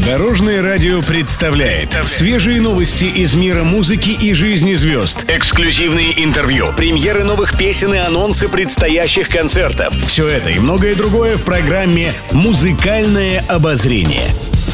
Дорожное радио представляет свежие новости из мира музыки и жизни звезд. Эксклюзивные интервью, премьеры новых песен и анонсы предстоящих концертов. Все это и многое другое в программе «Музыкальное обозрение».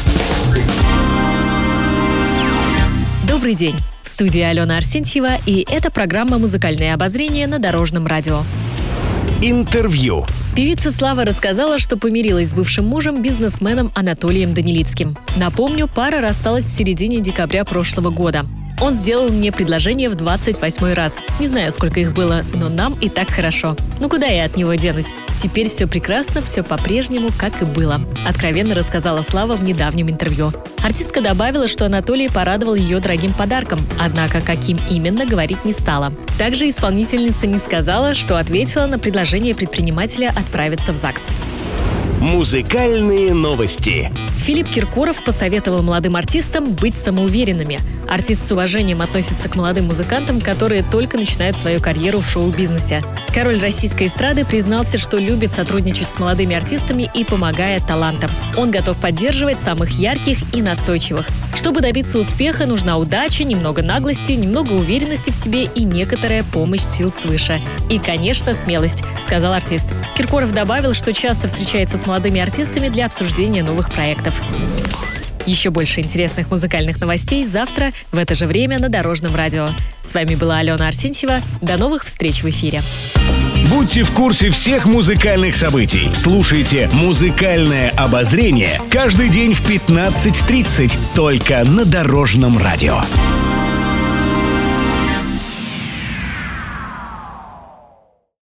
Добрый день! В студии Алена Арсентьева, и это программа «Музыкальное обозрение» на Дорожном радио. Интервью. Певица Слава рассказала, что помирилась с бывшим мужем, бизнесменом Анатолием Данилицким. Напомню, пара рассталась в середине декабря прошлого года. Он сделал мне предложение в 28-й раз. Не знаю, сколько их было, но нам и так хорошо. Ну куда я от него денусь? Теперь все прекрасно, все по-прежнему, как и было. Откровенно рассказала Слава в недавнем интервью. Артистка добавила, что Анатолий порадовал ее дорогим подарком, однако каким именно, говорить не стала. Также исполнительница не сказала, что ответила на предложение предпринимателя отправиться в ЗАГС. Музыкальные новости. Филипп Киркоров посоветовал молодым артистам быть самоуверенными. Артист с уважением относится к молодым музыкантам, которые только начинают свою карьеру в шоу-бизнесе. Король российской эстрады признался, что любит сотрудничать с молодыми артистами и помогает талантам. Он готов поддерживать самых ярких и настойчивых. Чтобы добиться успеха, нужна удача, немного наглости, немного уверенности в себе и некоторая помощь сил свыше. И, конечно, смелость, сказал артист. Киркоров добавил, что часто встречается с молодыми артистами для обсуждения новых проектов. Еще больше интересных музыкальных новостей завтра в это же время на Дорожном радио. С вами была Алена Арсентьева. До новых встреч в эфире. Будьте в курсе всех музыкальных событий. Слушайте «Музыкальное обозрение» каждый день в 15:30 только на Дорожном радио.